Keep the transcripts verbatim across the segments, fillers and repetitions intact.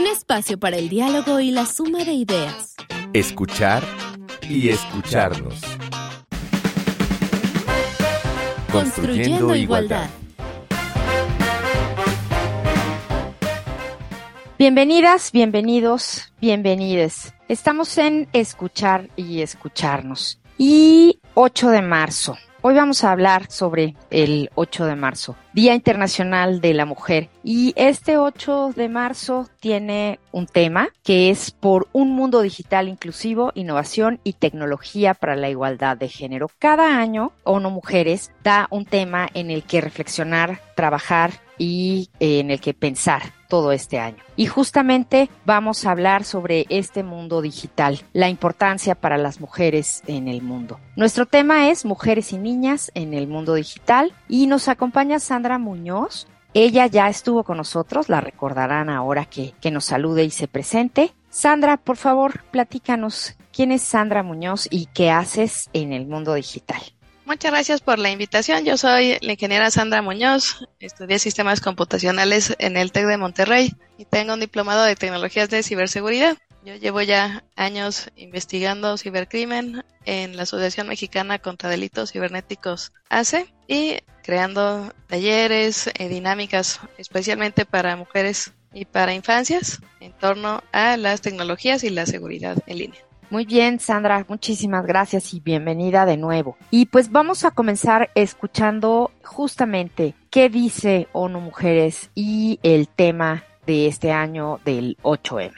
Un espacio para el diálogo y la suma de ideas. Escuchar y escucharnos. Construyendo igualdad. Bienvenidas, bienvenidos, bienvenides. Estamos en Escuchar y Escucharnos. Y ocho de marzo. Hoy vamos a hablar sobre el ocho de marzo, Día Internacional de la Mujer. Y este ocho de marzo tiene un tema que es por un mundo digital inclusivo, innovación y tecnología para la igualdad de género. Cada año, ONU Mujeres da un tema en el que reflexionar, trabajar y eh, en el que pensar todo este año. Y justamente vamos a hablar sobre este mundo digital, la importancia para las mujeres en el mundo. Nuestro tema es Mujeres y Niñas en el Mundo Digital y nos acompaña Sandra Muñoz. Ella ya estuvo con nosotros, la recordarán ahora que, que nos salude y se presente. Sandra, por favor, platícanos quién es Sandra Muñoz y qué haces en el mundo digital. Muchas gracias por la invitación. Yo soy la ingeniera Sandra Muñoz, estudié sistemas computacionales en el TEC de Monterrey y tengo un diplomado de tecnologías de ciberseguridad. Yo llevo ya años investigando cibercrimen en la Asociación Mexicana contra Delitos Cibernéticos A C E y creando talleres, eh, dinámicas especialmente para mujeres y para infancias en torno a las tecnologías y la seguridad en línea. Muy bien, Sandra, muchísimas gracias y bienvenida de nuevo. Y pues vamos a comenzar escuchando justamente qué dice ONU Mujeres y el tema de este año del ocho eme.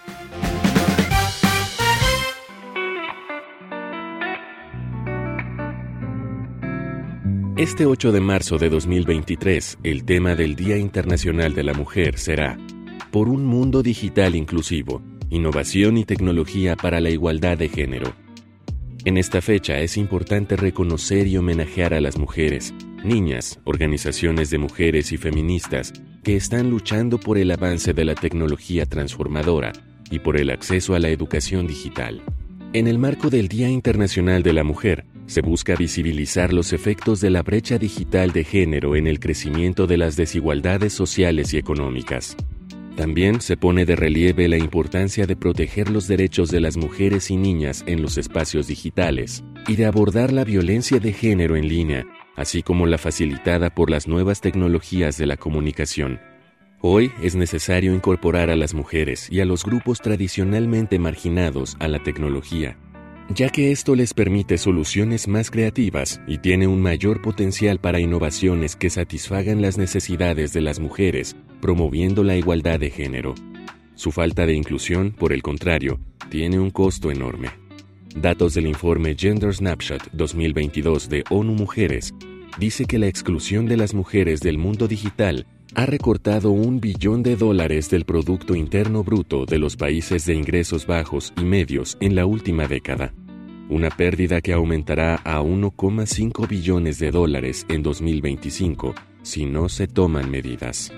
Este ocho de marzo de dos mil veintitrés, el tema del Día Internacional de la Mujer será Por un mundo digital inclusivo, innovación y tecnología para la igualdad de género. En esta fecha es importante reconocer y homenajear a las mujeres, niñas, organizaciones de mujeres y feministas que están luchando por el avance de la tecnología transformadora y por el acceso a la educación digital. En el marco del Día Internacional de la Mujer, se busca visibilizar los efectos de la brecha digital de género en el crecimiento de las desigualdades sociales y económicas. También se pone de relieve la importancia de proteger los derechos de las mujeres y niñas en los espacios digitales y de abordar la violencia de género en línea, así como la facilitada por las nuevas tecnologías de la comunicación. Hoy es necesario incorporar a las mujeres y a los grupos tradicionalmente marginados a la tecnología, ya que esto les permite soluciones más creativas y tiene un mayor potencial para innovaciones que satisfagan las necesidades de las mujeres, promoviendo la igualdad de género. Su falta de inclusión, por el contrario, tiene un costo enorme. Datos del informe Gender Snapshot dos mil veintidós de ONU Mujeres dice que la exclusión de las mujeres del mundo digital ha recortado un billón de dólares del Producto Interno Bruto de los países de ingresos bajos y medios en la última década. Una pérdida que aumentará a uno coma cinco billones de dólares en dos mil veinticinco si no se toman medidas.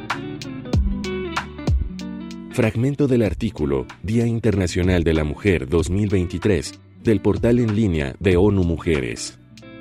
Fragmento del artículo Día Internacional de la Mujer dos mil veintitrés del portal en línea de ONU Mujeres.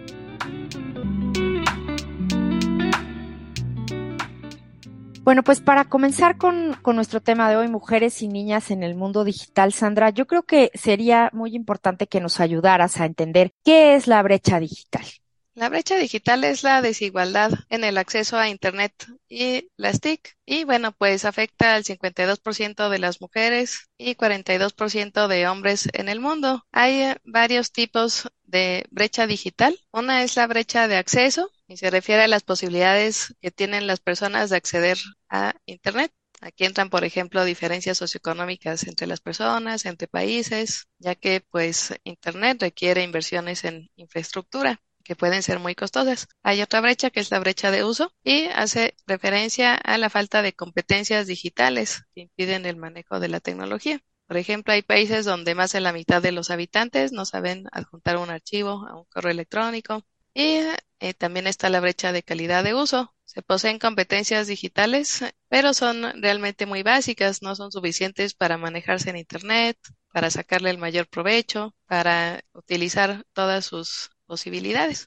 Bueno, pues para comenzar con, con nuestro tema de hoy, mujeres y niñas en el mundo digital, Sandra, yo creo que sería muy importante que nos ayudaras a entender qué es la brecha digital. La brecha digital es la desigualdad en el acceso a Internet y las T I C. Y bueno, pues afecta al cincuenta y dos por ciento de las mujeres y cuarenta y dos por ciento de hombres en el mundo. Hay eh, varios tipos de brecha digital. Una es la brecha de acceso y se refiere a las posibilidades que tienen las personas de acceder a Internet. Aquí entran, por ejemplo, diferencias socioeconómicas entre las personas, entre países, ya que pues Internet requiere inversiones en infraestructura que pueden ser muy costosas. Hay otra brecha que es la brecha de uso y hace referencia a la falta de competencias digitales que impiden el manejo de la tecnología. Por ejemplo, hay países donde más de la mitad de los habitantes no saben adjuntar un archivo a un correo electrónico. Y eh, también está la brecha de calidad de uso. Se poseen competencias digitales, pero son realmente muy básicas, no son suficientes para manejarse en Internet, para sacarle el mayor provecho, para utilizar todas sus posibilidades.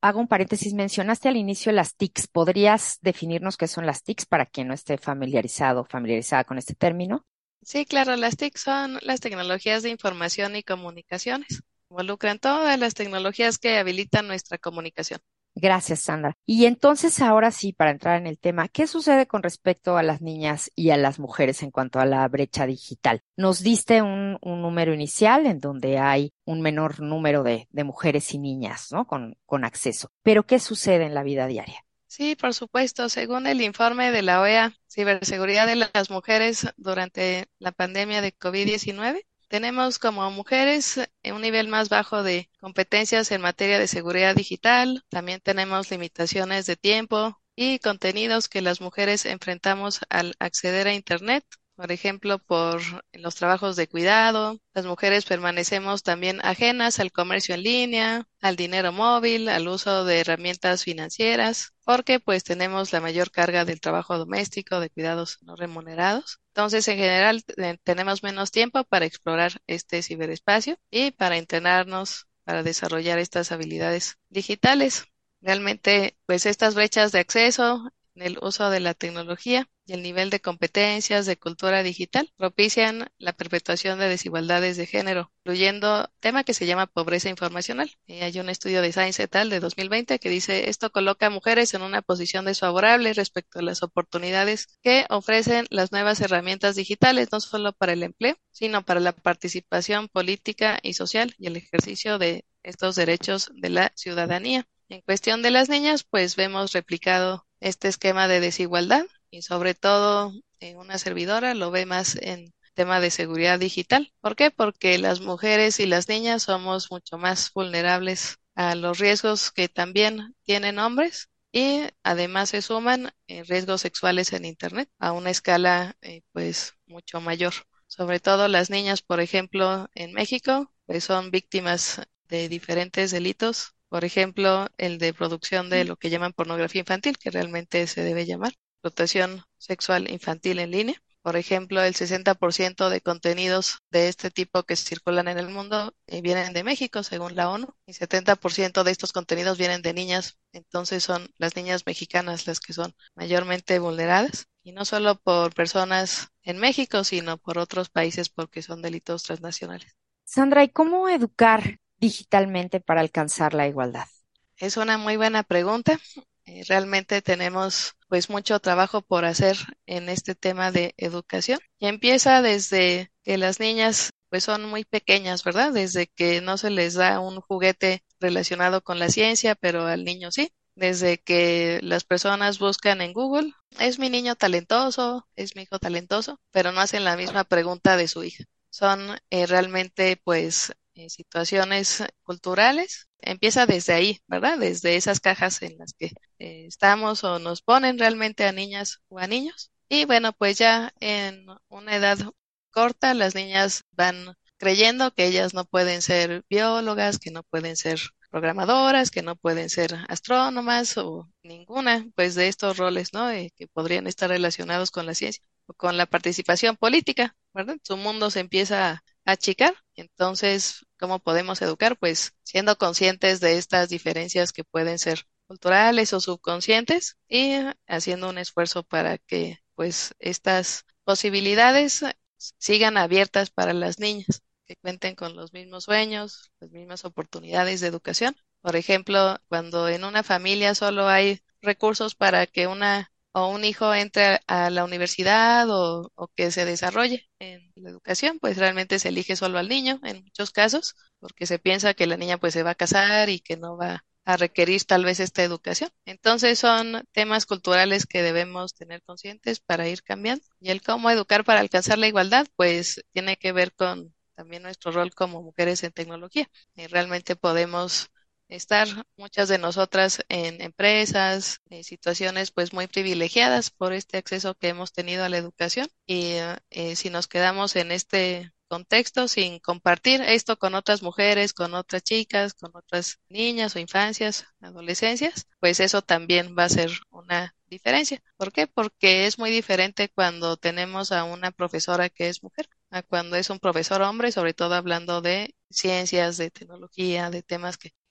hago un paréntesis, mencionaste al inicio las T I Cs. ¿Podrías definirnos qué son las T I Cs para quien no esté familiarizado o familiarizada con este término? Sí, claro, las T I C son las tecnologías de información y comunicaciones. Involucran todas las tecnologías que habilitan nuestra comunicación. Gracias, Sandra. Y entonces, ahora sí, para entrar en el tema, ¿qué sucede con respecto a las niñas y a las mujeres en cuanto a la brecha digital? Nos diste un, un número inicial en donde hay un menor número de, de mujeres y niñas, ¿no? Con, con acceso. Pero, ¿qué sucede en la vida diaria? Sí, por supuesto. Según el informe de la O E A, Ciberseguridad de las Mujeres durante la pandemia de COVID diecinueve, tenemos como mujeres un nivel más bajo de competencias en materia de seguridad digital. También tenemos limitaciones de tiempo y contenidos que las mujeres enfrentamos al acceder a Internet. Por ejemplo, por los trabajos de cuidado, las mujeres permanecemos también ajenas al comercio en línea, al dinero móvil, al uso de herramientas financieras, porque pues tenemos la mayor carga del trabajo doméstico, de cuidados no remunerados. Entonces, en general, eh, tenemos menos tiempo para explorar este ciberespacio y para entrenarnos, para desarrollar estas habilidades digitales. Realmente, pues estas brechas de acceso en el uso de la tecnología y el nivel de competencias de cultura digital propician la perpetuación de desigualdades de género, incluyendo tema que se llama pobreza informacional. Y hay un estudio de Science et al. De dos mil veinte que dice esto coloca a mujeres en una posición desfavorable respecto a las oportunidades que ofrecen las nuevas herramientas digitales, no solo para el empleo, sino para la participación política y social y el ejercicio de estos derechos de la ciudadanía. En cuestión de las niñas, pues vemos replicado este esquema de desigualdad y sobre todo eh, una servidora lo ve más en tema de seguridad digital. ¿Por qué? Porque las mujeres y las niñas somos mucho más vulnerables a los riesgos que también tienen hombres y además se suman eh, riesgos sexuales en Internet a una escala eh, pues mucho mayor. Sobre todo las niñas, por ejemplo, en México, pues son víctimas de diferentes delitos. Por ejemplo, el de producción de lo que llaman pornografía infantil, que realmente se debe llamar explotación sexual infantil en línea. Por ejemplo, el sesenta por ciento de contenidos de este tipo que circulan en el mundo eh, vienen de México, según la ONU, y setenta por ciento de estos contenidos vienen de niñas. Entonces son las niñas mexicanas las que son mayormente vulneradas, y no solo por personas en México, sino por otros países porque son delitos transnacionales. Sandra, ¿y cómo educar digitalmente para alcanzar la igualdad? Es una muy buena pregunta. Eh, realmente tenemos pues mucho trabajo por hacer en este tema de educación. Y empieza desde que las niñas pues son muy pequeñas, ¿verdad? Desde que no se les da un juguete relacionado con la ciencia, pero al niño sí. Desde que las personas buscan en Google, ¿es mi niño talentoso? ¿Es mi hijo talentoso? Pero no hacen la misma pregunta de su hija. Son eh, realmente pues eh, situaciones culturales. Empieza desde ahí, ¿verdad? Desde esas cajas en las que eh, estamos o nos ponen realmente a niñas o a niños. Y bueno, pues ya en una edad corta las niñas van creyendo que ellas no pueden ser biólogas, que no pueden ser programadoras, que no pueden ser astrónomas o ninguna pues de estos roles, ¿no? Eh, que podrían estar relacionados con la ciencia o con la participación política, ¿verdad? Su mundo se empieza a achicar. Entonces, ¿cómo podemos educar? Pues siendo conscientes de estas diferencias que pueden ser culturales o subconscientes y haciendo un esfuerzo para que pues estas posibilidades sigan abiertas para las niñas, que cuenten con los mismos sueños, las mismas oportunidades de educación. Por ejemplo, cuando en una familia solo hay recursos para que una o un hijo entre a la universidad o, o que se desarrolle en la educación, pues realmente se elige solo al niño en muchos casos, porque se piensa que la niña pues se va a casar y que no va a requerir tal vez esta educación. Entonces son temas culturales que debemos tener conscientes para ir cambiando. Y el cómo educar para alcanzar la igualdad, pues tiene que ver con también nuestro rol como mujeres en tecnología. Y realmente podemos estar muchas de nosotras en empresas, en situaciones pues muy privilegiadas por este acceso que hemos tenido a la educación y eh, si nos quedamos en este contexto sin compartir esto con otras mujeres, con otras chicas, con otras niñas o infancias, adolescencias, pues eso también va a ser una diferencia. ¿Por qué? Porque es muy diferente cuando tenemos a una profesora que es mujer a cuando es un profesor hombre, sobre todo hablando de ciencias, de tecnología, de temas que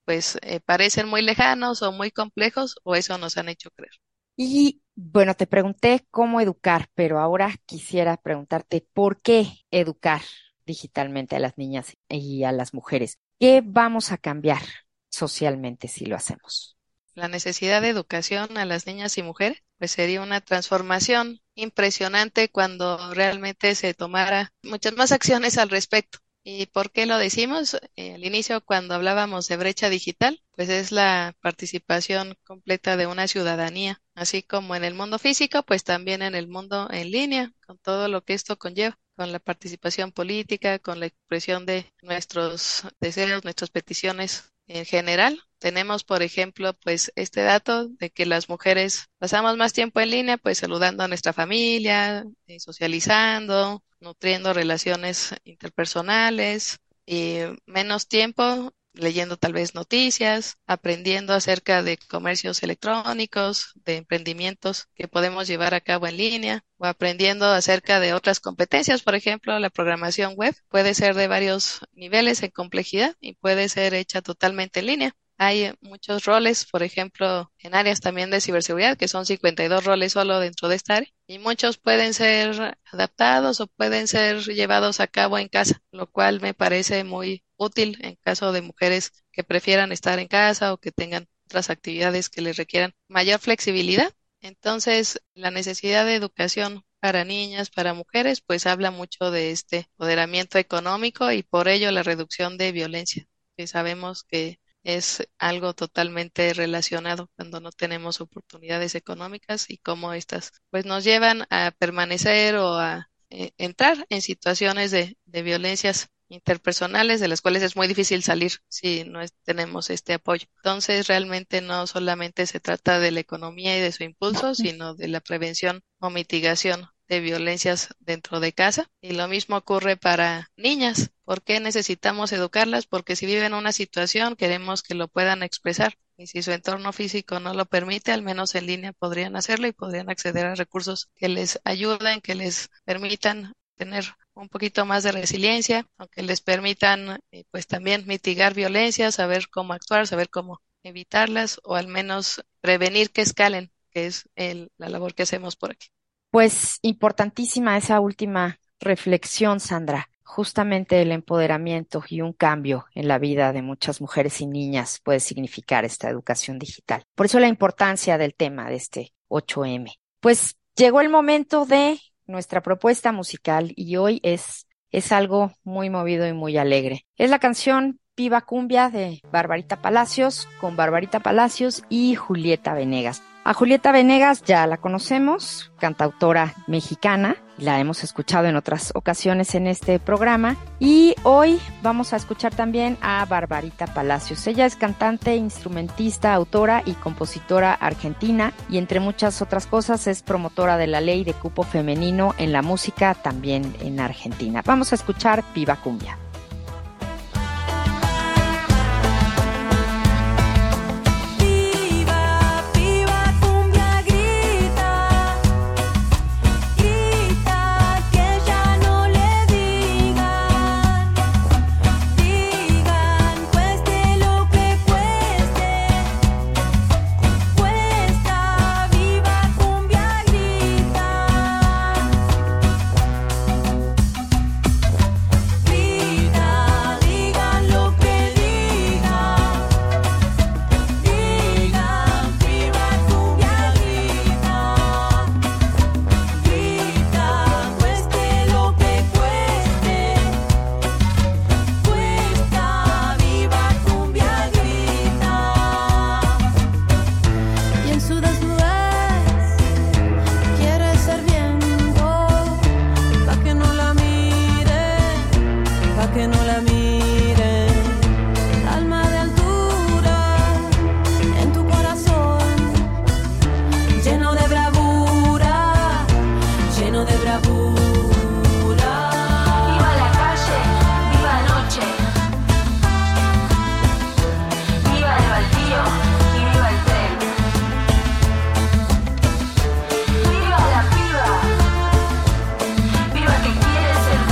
pues eh, parecen muy lejanos o muy complejos, o eso nos han hecho creer. Y bueno, te pregunté cómo educar, pero ahora quisiera preguntarte por qué educar digitalmente a las niñas y a las mujeres. ¿Qué vamos a cambiar socialmente si lo hacemos? La necesidad de educación a las niñas y mujeres, pues sería una transformación impresionante cuando realmente se tomara muchas más acciones al respecto. ¿Y por qué lo decimos? Eh, al inicio, cuando hablábamos de brecha digital, pues es la participación completa de una ciudadanía, así como en el mundo físico, pues también en el mundo en línea, con todo lo que esto conlleva, con la participación política, con la expresión de nuestros deseos, nuestras peticiones en general. Tenemos, por ejemplo, pues este dato de que las mujeres pasamos más tiempo en línea, pues saludando a nuestra familia, eh, socializando, nutriendo relaciones interpersonales, y menos tiempo leyendo tal vez noticias, aprendiendo acerca de comercios electrónicos, de emprendimientos que podemos llevar a cabo en línea, o aprendiendo acerca de otras competencias. Por ejemplo, la programación web puede ser de varios niveles en complejidad y puede ser hecha totalmente en línea. Hay muchos roles, por ejemplo, en áreas también de ciberseguridad, que son cincuenta y dos roles solo dentro de esta área, y muchos pueden ser adaptados o pueden ser llevados a cabo en casa, lo cual me parece muy útil en caso de mujeres que prefieran estar en casa o que tengan otras actividades que les requieran mayor flexibilidad. Entonces, la necesidad de educación para niñas, para mujeres, pues habla mucho de este empoderamiento económico y por ello la reducción de violencia, que sabemos que es algo totalmente relacionado cuando no tenemos oportunidades económicas y cómo estas pues nos llevan a permanecer o a eh, entrar en situaciones de, de violencias interpersonales de las cuales es muy difícil salir si no es, tenemos este apoyo. Entonces realmente no solamente se trata de la economía y de su impulso, sino de la prevención o mitigación de violencias dentro de casa. Y lo mismo ocurre para niñas. ¿Por qué necesitamos educarlas? Porque si viven una situación queremos que lo puedan expresar. Y si su entorno físico no lo permite, al menos en línea podrían hacerlo y podrían acceder a recursos que les ayuden, que les permitan tener un poquito más de resiliencia, aunque les permitan eh, pues también mitigar violencias, saber cómo actuar, saber cómo evitarlas o al menos prevenir que escalen, que es el, la labor que hacemos por aquí. Pues importantísima esa última reflexión, Sandra. Justamente el empoderamiento y un cambio en la vida de muchas mujeres y niñas puede significar esta educación digital. Por eso la importancia del tema de este ocho eme. Pues llegó el momento de nuestra propuesta musical y hoy es, es algo muy movido y muy alegre. Es la canción Viva Cumbia de Barbarita Palacios, con Barbarita Palacios y Julieta Venegas. A Julieta Venegas ya la conocemos, cantautora mexicana, la hemos escuchado en otras ocasiones en este programa y hoy vamos a escuchar también a Barbarita Palacios. Ella es cantante, instrumentista, autora y compositora argentina y entre muchas otras cosas es promotora de la ley de cupo femenino en la música también en Argentina. Vamos a escuchar Viva Cumbia.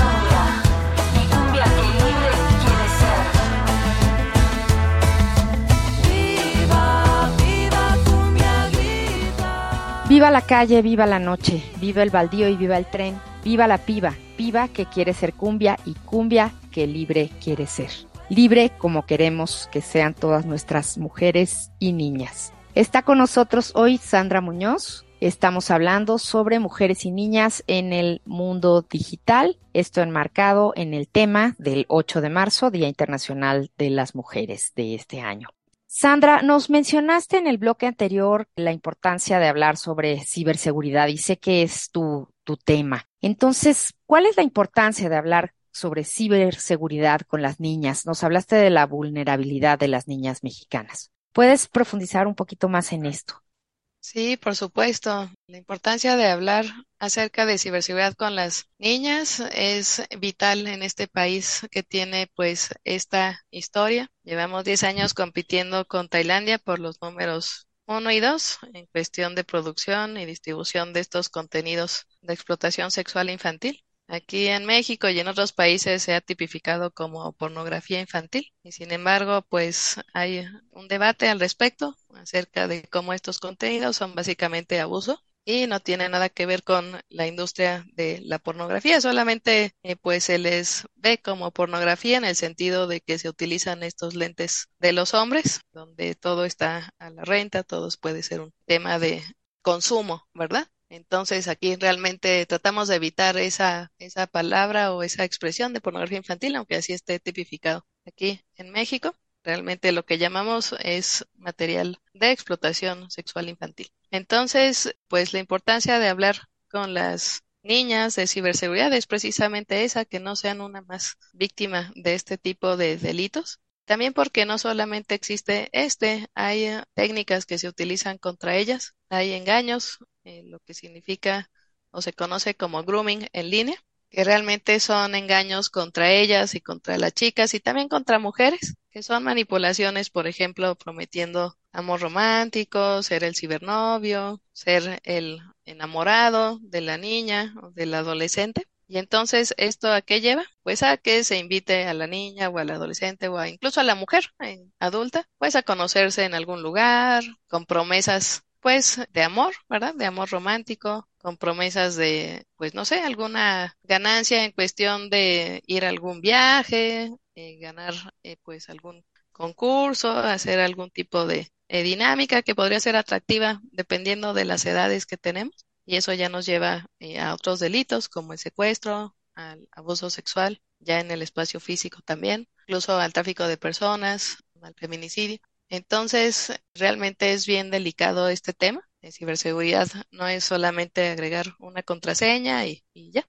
Viva calle, viva la noche, viva el baldío y viva el tren, viva la piba, piba que quiere ser cumbia y cumbia que libre quiere ser. Libre como queremos que sean todas nuestras mujeres y niñas. Está con nosotros hoy Sandra Muñoz. Estamos hablando sobre mujeres y niñas en el mundo digital. Esto enmarcado en el tema del ocho de marzo, Día Internacional de las Mujeres de este año. Sandra, nos mencionaste en el bloque anterior la importancia de hablar sobre ciberseguridad y sé que es tu, tu tema. Entonces, ¿cuál es la importancia de hablar sobre ciberseguridad con las niñas? Nos hablaste de la vulnerabilidad de las niñas mexicanas. ¿Puedes profundizar un poquito más en esto? Sí, por supuesto. La importancia de hablar acerca de ciberseguridad con las niñas es vital en este país que tiene pues esta historia. Llevamos diez años compitiendo con Tailandia por los números uno y dos en cuestión de producción y distribución de estos contenidos de explotación sexual infantil. Aquí en México y en otros países se ha tipificado como pornografía infantil y sin embargo pues hay un debate al respecto acerca de cómo estos contenidos son básicamente abuso y no tiene nada que ver con la industria de la pornografía, solamente eh, pues se les ve como pornografía en el sentido de que se utilizan estos lentes de los hombres donde todo está a la renta, todo puede ser un tema de consumo, ¿verdad? Entonces aquí realmente tratamos de evitar esa, esa palabra o esa expresión de pornografía infantil, aunque así esté tipificado. Aquí en México, realmente lo que llamamos es material de explotación sexual infantil. Entonces, pues la importancia de hablar con las niñas de ciberseguridad es precisamente esa, que no sean una más víctima de este tipo de delitos. También porque no solamente existe este, hay uh, técnicas que se utilizan contra ellas, hay engaños, eh, lo que significa o se conoce como grooming en línea, que realmente son engaños contra ellas y contra las chicas y también contra mujeres, que son manipulaciones, por ejemplo, prometiendo amor romántico, ser el cibernovio, ser el enamorado de la niña o del adolescente. Y entonces, ¿esto a qué lleva? Pues a que se invite a la niña o al adolescente o a, incluso a la mujer eh, adulta, pues a conocerse en algún lugar, con promesas, pues, de amor, ¿verdad? De amor romántico, con promesas de, pues, no sé, alguna ganancia en cuestión de ir a algún viaje, eh, ganar, eh, pues, algún concurso, hacer algún tipo de eh, dinámica que podría ser atractiva dependiendo de las edades que tenemos. Y eso ya nos lleva eh, a otros delitos como el secuestro, al abuso sexual, ya en el espacio físico también, incluso al tráfico de personas, al feminicidio. Entonces, realmente es bien delicado este tema. De ciberseguridad no es solamente agregar una contraseña y, y ya.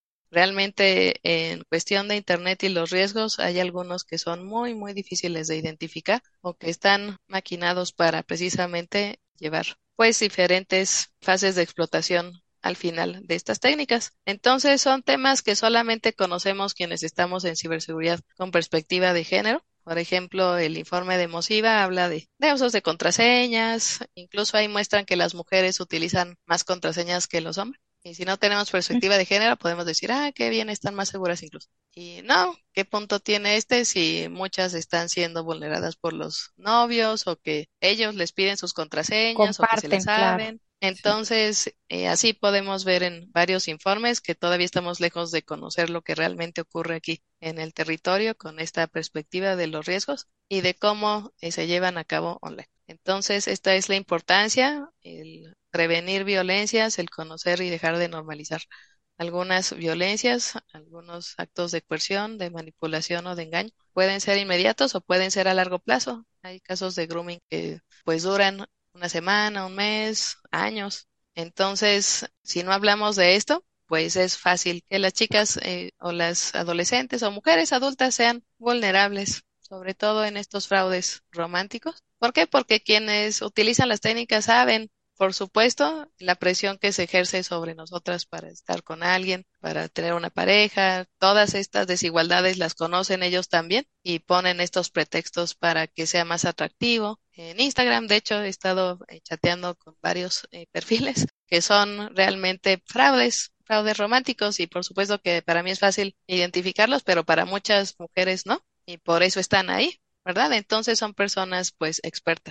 Realmente en cuestión de Internet y los riesgos hay algunos que son muy, muy difíciles de identificar o que están maquinados para precisamente llevar pues diferentes fases de explotación al final de estas técnicas. Entonces son temas que solamente conocemos quienes estamos en ciberseguridad con perspectiva de género. Por ejemplo, el informe de Mosiva habla de, de usos de contraseñas, incluso ahí muestran que las mujeres utilizan más contraseñas que los hombres. Y si no tenemos perspectiva de género, podemos decir, ah, qué bien, están más seguras incluso. Y no, ¿qué punto tiene este si muchas están siendo vulneradas por los novios o que ellos les piden sus contraseñas o que se las Comparten, saben? claro. Entonces, eh, así podemos ver en varios informes que todavía estamos lejos de conocer lo que realmente ocurre aquí en el territorio con esta perspectiva de los riesgos y de cómo eh, se llevan a cabo online. Entonces, esta es la importancia, el prevenir violencias, el conocer y dejar de normalizar algunas violencias, algunos actos de coerción, de manipulación o de engaño. Pueden ser inmediatos o pueden ser a largo plazo. Hay casos de grooming que pues duran una semana, un mes, años. Entonces, si no hablamos de esto, pues es fácil que las chicas eh, o las adolescentes o mujeres adultas sean vulnerables, sobre todo en estos fraudes románticos. ¿Por qué? Porque quienes utilizan las técnicas saben, por supuesto, la presión que se ejerce sobre nosotras para estar con alguien, para tener una pareja, todas estas desigualdades las conocen ellos también y ponen estos pretextos para que sea más atractivo. En Instagram, de hecho, he estado eh, chateando con varios eh, perfiles que son realmente fraudes, fraudes románticos y por supuesto que para mí es fácil identificarlos, pero para muchas mujeres no y por eso están ahí, ¿verdad? Entonces son personas pues expertas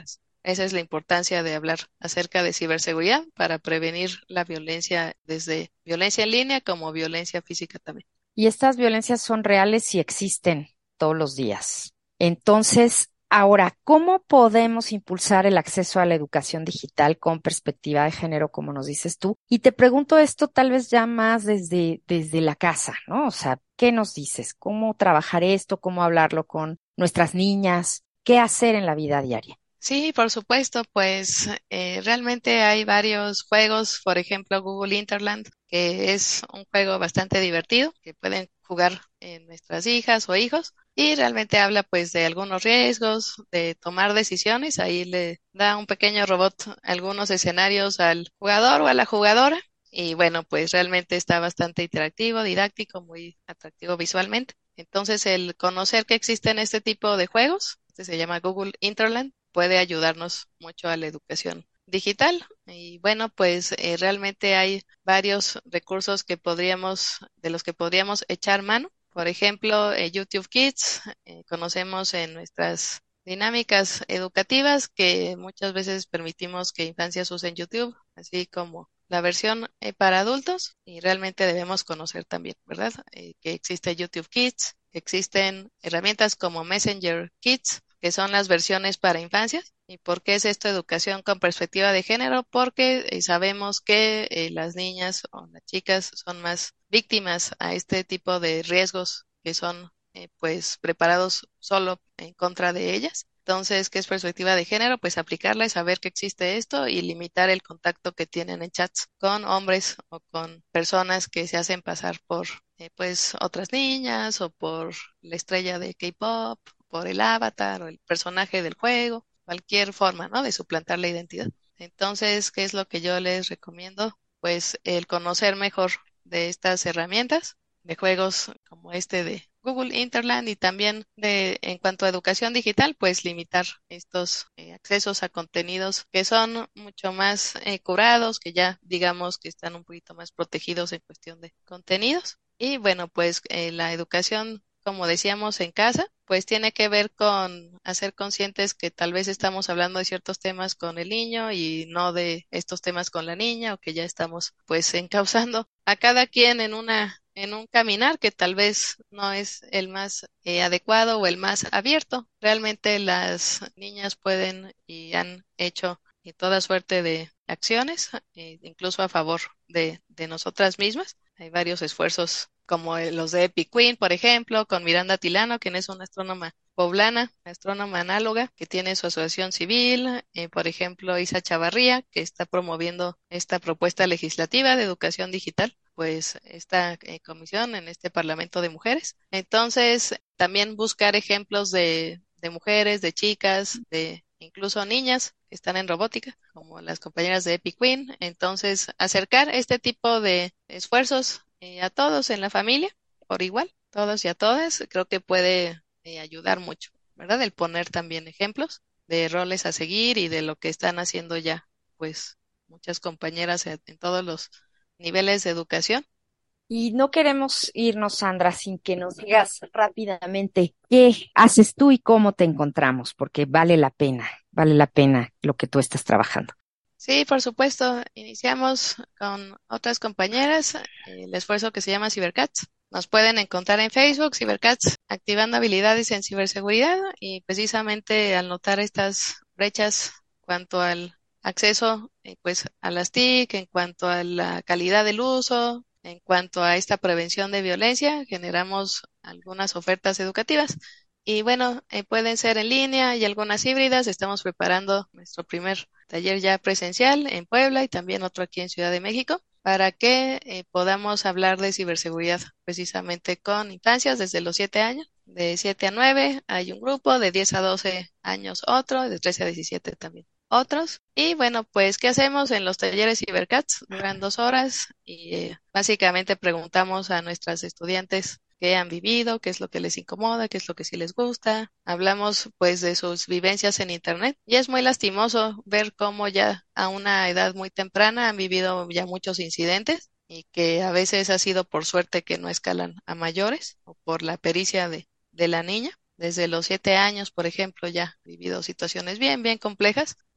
esa es la importancia de hablar acerca de ciberseguridad para prevenir la violencia, desde violencia en línea como violencia física también. Y estas violencias son reales y existen todos los días. Entonces, ahora, ¿cómo podemos impulsar el acceso a la educación digital con perspectiva de género, como nos dices tú? Y te pregunto esto tal vez ya más desde, desde la casa, ¿no? O sea, ¿qué nos dices? ¿Cómo trabajar esto? ¿Cómo hablarlo con nuestras niñas? ¿Qué hacer en la vida diaria? Sí, por supuesto, pues eh, realmente hay varios juegos, por ejemplo Google Interland, que es un juego bastante divertido, que pueden jugar eh, nuestras hijas o hijos, y realmente habla pues de algunos riesgos, de tomar decisiones. Ahí le da un pequeño robot algunos escenarios al jugador o a la jugadora, y bueno, pues realmente está bastante interactivo, didáctico, muy atractivo visualmente. Entonces, el conocer que existen este tipo de juegos, este se llama Google Interland, puede ayudarnos mucho a la educación digital. Y bueno, pues eh, realmente hay varios recursos que podríamos, de los que podríamos echar mano. Por ejemplo, eh, YouTube Kids, eh, conocemos en nuestras dinámicas educativas que muchas veces permitimos que infancias usen YouTube, así como la versión eh, para adultos, y realmente debemos conocer también, ¿verdad? Eh, que existe YouTube Kids, que existen herramientas como Messenger Kids, que son las versiones para infancias. ¿Y por qué es esto educación con perspectiva de género? Porque eh, sabemos que eh, las niñas o las chicas son más víctimas a este tipo de riesgos que son eh, pues preparados solo en contra de ellas. Entonces, ¿qué es perspectiva de género? Pues aplicarla y saber que existe esto y limitar el contacto que tienen en chats con hombres o con personas que se hacen pasar por eh, pues otras niñas o por la estrella de K-pop, por el avatar o el personaje del juego, cualquier forma, ¿no?, de suplantar la identidad. Entonces, ¿qué es lo que yo les recomiendo? Pues el conocer mejor de estas herramientas, de juegos como este de Google Interland, y también de, en cuanto a educación digital, pues limitar estos eh, accesos a contenidos que son mucho más eh, curados, que ya digamos que están un poquito más protegidos en cuestión de contenidos. Y bueno, pues eh, la educación, como decíamos, en casa, pues tiene que ver con hacer conscientes que tal vez estamos hablando de ciertos temas con el niño y no de estos temas con la niña, o que ya estamos pues encauzando a cada quien en una en un caminar que tal vez no es el más eh, adecuado o el más abierto. Realmente las niñas pueden y han hecho eh, toda suerte de acciones, eh, incluso a favor de, de nosotras mismas. Hay varios esfuerzos como los de Epic Queen, por ejemplo, con Miranda Tilano, quien es una astrónoma poblana, astrónoma análoga, que tiene su asociación civil, eh, por ejemplo, Isa Chavarría, que está promoviendo esta propuesta legislativa de educación digital, pues esta eh, comisión en este Parlamento de Mujeres. Entonces, también buscar ejemplos de, de mujeres, de chicas, de incluso niñas que están en robótica, como las compañeras de Epic Queen. Entonces, acercar este tipo de esfuerzos eh, a todos en la familia, por igual, todos y a todas, creo que puede eh, ayudar mucho, ¿verdad? El poner también ejemplos de roles a seguir y de lo que están haciendo ya, pues, muchas compañeras en, en todos los niveles de educación. Y no queremos irnos, Sandra, sin que nos digas rápidamente qué haces tú y cómo te encontramos, porque vale la pena, vale la pena lo que tú estás trabajando. Sí, por supuesto. Iniciamos con otras compañeras el esfuerzo que se llama CyberCats. Nos pueden encontrar en Facebook, CyberCats, activando habilidades en ciberseguridad, y precisamente al notar estas brechas en cuanto al acceso eh, pues a las T I C, en cuanto a la calidad del uso, en cuanto a esta prevención de violencia, generamos algunas ofertas educativas. Y bueno, eh, pueden ser en línea y algunas híbridas. Estamos preparando nuestro primer taller ya presencial en Puebla y también otro aquí en Ciudad de México, para que eh, podamos hablar de ciberseguridad precisamente con infancias desde los siete años. De siete a nueve hay un grupo, de diez a doce años otro, de trece a diecisiete también otros. Y bueno, pues, ¿qué hacemos en los talleres CyberCats? Duran dos horas y eh, básicamente preguntamos a nuestras estudiantes qué han vivido, qué es lo que les incomoda, qué es lo que sí les gusta. Hablamos pues de sus vivencias en Internet, y es muy lastimoso ver cómo ya a una edad muy temprana han vivido ya muchos incidentes, y que a veces ha sido por suerte que no escalan a mayores o por la pericia de, de la niña. Desde los siete años, por ejemplo, ya ha vivido situaciones bien, bien complejas.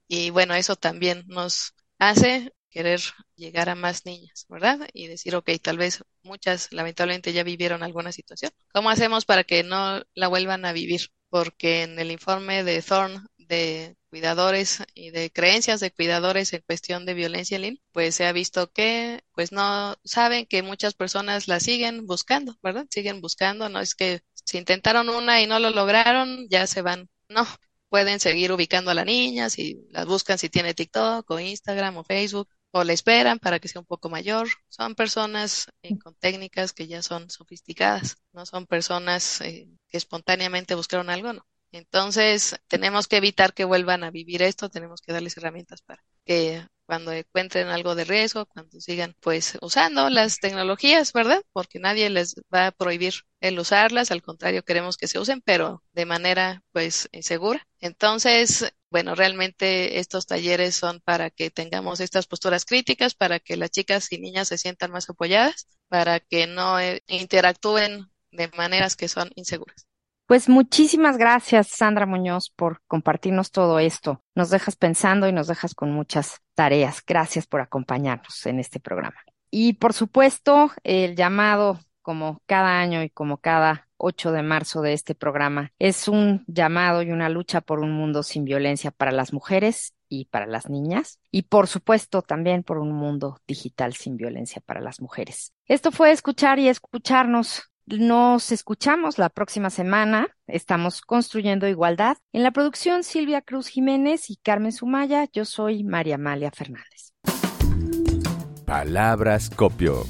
y bueno, eso también nos hace querer llegar a más niñas, ¿verdad? Y decir, ok, tal vez muchas lamentablemente ya vivieron alguna situación. ¿Cómo hacemos para que no la vuelvan a vivir? Porque en el informe de Thorne de cuidadores y de creencias de cuidadores en cuestión de violencia en línea, pues se ha visto que pues no saben que muchas personas la siguen buscando, ¿verdad? Siguen buscando, no es que si intentaron una y no lo lograron, ya se van, no. Pueden seguir ubicando a la niña, si las buscan si tiene TikTok o Instagram o Facebook, o la esperan para que sea un poco mayor. Son personas eh, con técnicas que ya son sofisticadas, no son personas eh, que espontáneamente buscaron algo, no. Entonces, tenemos que evitar que vuelvan a vivir esto, tenemos que darles herramientas para que cuando encuentren algo de riesgo, cuando sigan pues usando las tecnologías, ¿verdad? Porque nadie les va a prohibir el usarlas, al contrario, queremos que se usen, pero de manera pues segura. Entonces, bueno, realmente estos talleres son para que tengamos estas posturas críticas, para que las chicas y niñas se sientan más apoyadas, para que no eh, interactúen de maneras que son inseguras. Pues muchísimas gracias, Sandra Muñoz, por compartirnos todo esto. Nos dejas pensando y nos dejas con muchas tareas. Gracias por acompañarnos en este programa. Y por supuesto, el llamado, como cada año y como cada ocho de marzo de este programa, es un llamado y una lucha por un mundo sin violencia para las mujeres y para las niñas. Y por supuesto, también por un mundo digital sin violencia para las mujeres. Esto fue Escuchar y Escucharnos. Nos escuchamos la próxima semana. Estamos construyendo igualdad. En la producción, Silvia Cruz Jiménez y Carmen Sumaya. Yo soy María Amalia Fernández. Palabras copio.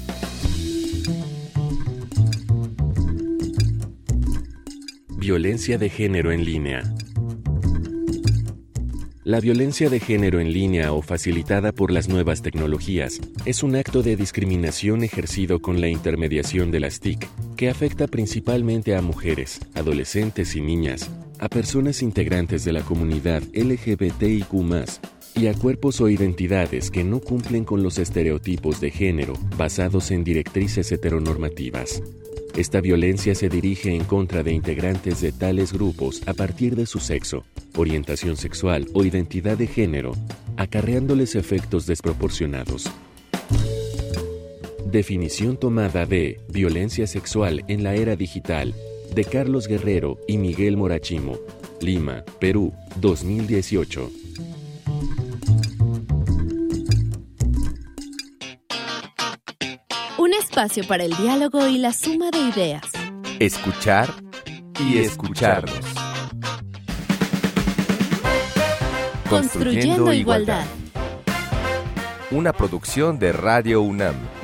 Violencia de género en línea. La violencia de género en línea o facilitada por las nuevas tecnologías es un acto de discriminación ejercido con la intermediación de las T I C, que afecta principalmente a mujeres, adolescentes y niñas, a personas integrantes de la comunidad L G B T I Q más, y a cuerpos o identidades que no cumplen con los estereotipos de género basados en directrices heteronormativas. Esta violencia se dirige en contra de integrantes de tales grupos a partir de su sexo, orientación sexual o identidad de género, acarreándoles efectos desproporcionados. Definición tomada de Violencia sexual en la era digital, de Carlos Guerrero y Miguel Morachimo, Lima, Perú, dos mil dieciocho. Un espacio para el diálogo y la suma de ideas. Escuchar y escucharnos. Construyendo igualdad. Una producción de Radio UNAM.